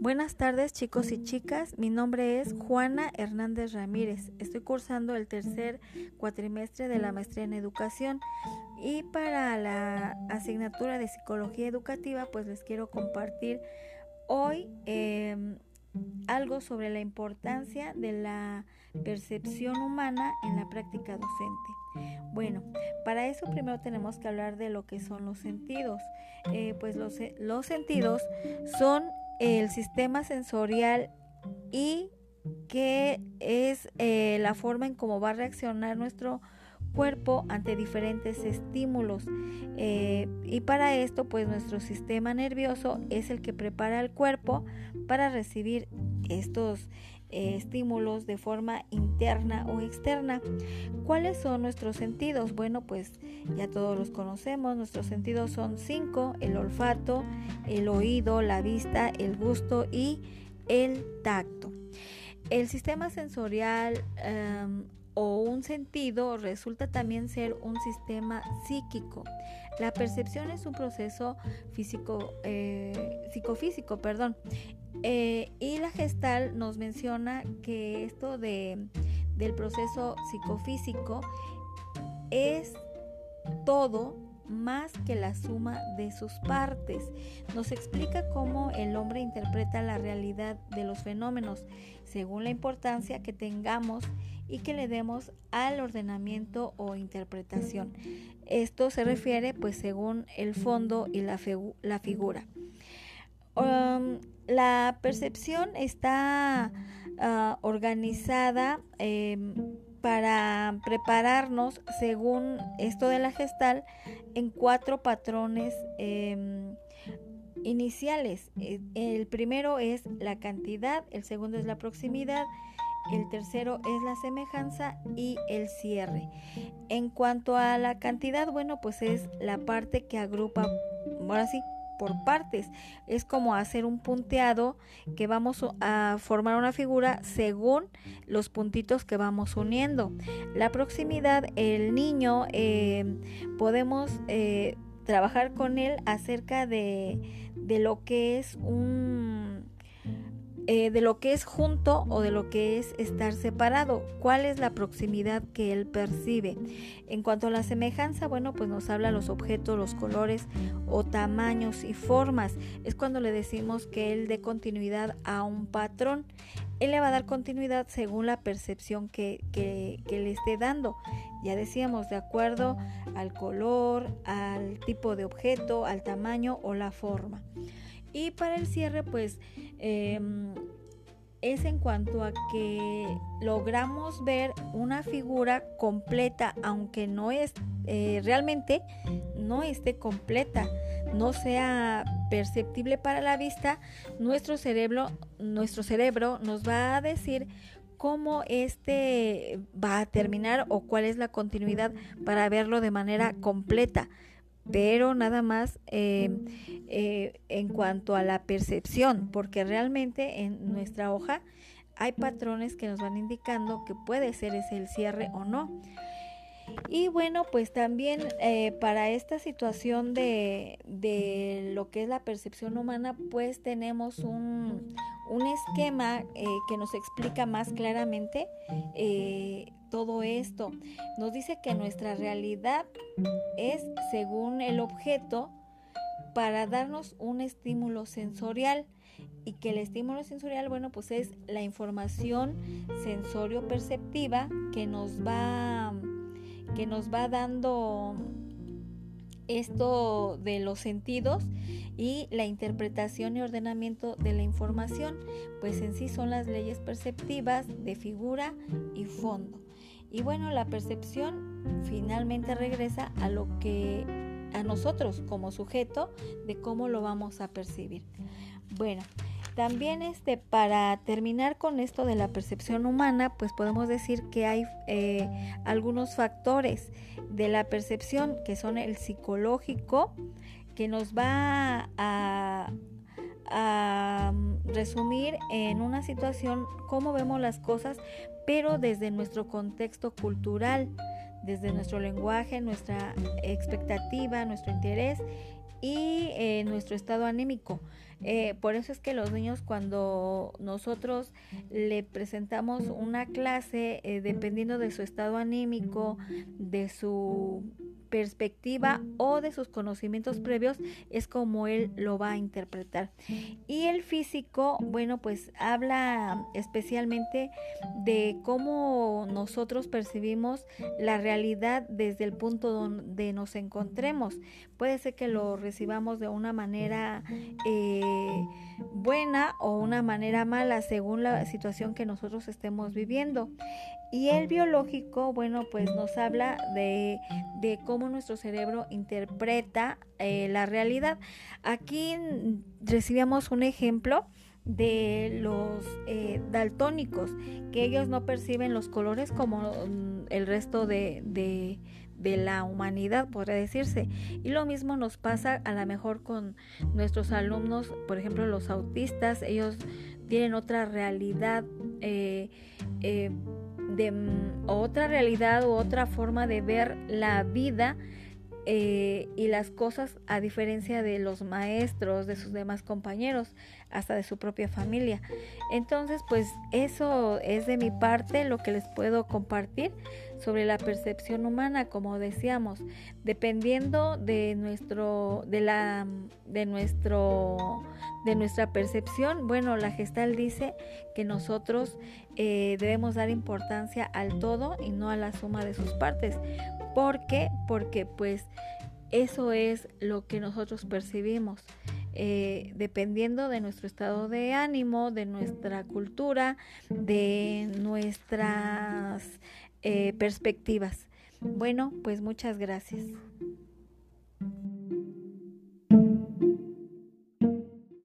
Buenas tardes, chicos y chicas. Mi nombre es Juana Hernández Ramírez. Estoy cursando el tercer cuatrimestre de la maestría en educación y para la asignatura de psicología educativa pues les quiero compartir hoy algo sobre la importancia de la percepción humana en la práctica docente. Bueno, para eso primero tenemos que hablar de lo que son los sentidos. Pues los sentidos son el sistema sensorial y que es la forma en cómo va a reaccionar nuestro cuerpo ante diferentes estímulos, y para esto pues nuestro sistema nervioso es el que prepara el cuerpo para recibir estos estímulos de forma interna o externa. ¿Cuáles son nuestros sentidos? Bueno, pues ya todos los conocemos. Nuestros sentidos son 5: el olfato, el oído, la vista, el gusto y el tacto. El sistema sensorial o un sentido resulta también ser un sistema psíquico. La percepción es un proceso psicofísico, y la Gestalt nos menciona que esto del proceso psicofísico es todo más que la suma de sus partes. Nos explica cómo el hombre interpreta la realidad de los fenómenos según la importancia que tengamos y que le demos al ordenamiento o interpretación. Esto se refiere pues según el fondo y la figura. La percepción está organizada para prepararnos, según esto de la Gestalt, en 4 patrones iniciales. El primero es la cantidad, el segundo es la proximidad, el tercero es la semejanza y el cierre. En cuanto a la cantidad, bueno, pues es la parte que agrupa, ahora sí, por partes. Es como hacer un punteado que vamos a formar una figura según los puntitos que vamos uniendo. La proximidad, el niño, podemos trabajar con él acerca de lo que es de lo que es junto o de lo que es estar separado. ¿Cuál es la proximidad que él percibe? En cuanto a la semejanza, bueno, pues nos habla los objetos, los colores o tamaños y formas. Es cuando le decimos que él dé continuidad a un patrón. Él le va a dar continuidad según la percepción que le esté dando. Ya decíamos, de acuerdo al color, al tipo de objeto, al tamaño o la forma. Y para el cierre, pues es en cuanto a que logramos ver una figura completa, aunque no es realmente no esté completa, no sea perceptible para la vista. Nuestro cerebro nos va a decir cómo va a terminar o cuál es la continuidad para verlo de manera completa. Pero nada más en cuanto a la percepción, porque realmente en nuestra hoja hay patrones que nos van indicando que puede ser ese el cierre o no. Y bueno, pues también para esta situación de lo que es la percepción humana, pues tenemos un esquema que nos explica más claramente todo esto. Nos dice que nuestra realidad es según el objeto para darnos un estímulo sensorial, y que el estímulo sensorial, bueno, pues es la información sensorio-perceptiva que nos va dando esto de los sentidos, y la interpretación y ordenamiento de la información, pues en sí son las leyes perceptivas de figura y fondo. Y bueno, la percepción finalmente regresa a lo que a nosotros como sujeto, de cómo lo vamos a percibir. Bueno, también para terminar con esto de la percepción humana, pues podemos decir que hay algunos factores de la percepción que son el psicológico, que nos va a resumir en una situación cómo vemos las cosas, pero desde nuestro contexto cultural, desde nuestro lenguaje, nuestra expectativa, nuestro interés y nuestro estado anímico. Por eso es que los niños, cuando nosotros le presentamos una clase, dependiendo de su estado anímico, de su perspectiva o de sus conocimientos previos, es como él lo va a interpretar. Y el físico, bueno, pues habla especialmente de cómo nosotros percibimos la realidad desde el punto donde nos encontremos. Puede ser que lo recibamos de una manera buena o una manera mala según la situación que nosotros estemos viviendo. Y el biológico, bueno, pues nos habla de cómo nuestro cerebro interpreta la realidad. Aquí recibíamos un ejemplo de los daltónicos, que ellos no perciben los colores como el resto de la humanidad, podría decirse. Y lo mismo nos pasa a lo mejor con nuestros alumnos, por ejemplo los autistas. Ellos tienen otra realidad, otra realidad u otra forma de ver la vida y las cosas, a diferencia de los maestros, de sus demás compañeros, hasta de su propia familia. Entonces, pues eso es de mi parte lo que les puedo compartir sobre la percepción humana. Como decíamos, dependiendo de nuestra percepción, bueno, la Gestalt dice que nosotros debemos dar importancia al todo y no a la suma de sus partes. ¿Por qué? Porque pues eso es lo que nosotros percibimos, dependiendo de nuestro estado de ánimo, de nuestra cultura, de nuestras perspectivas. Bueno, pues muchas gracias.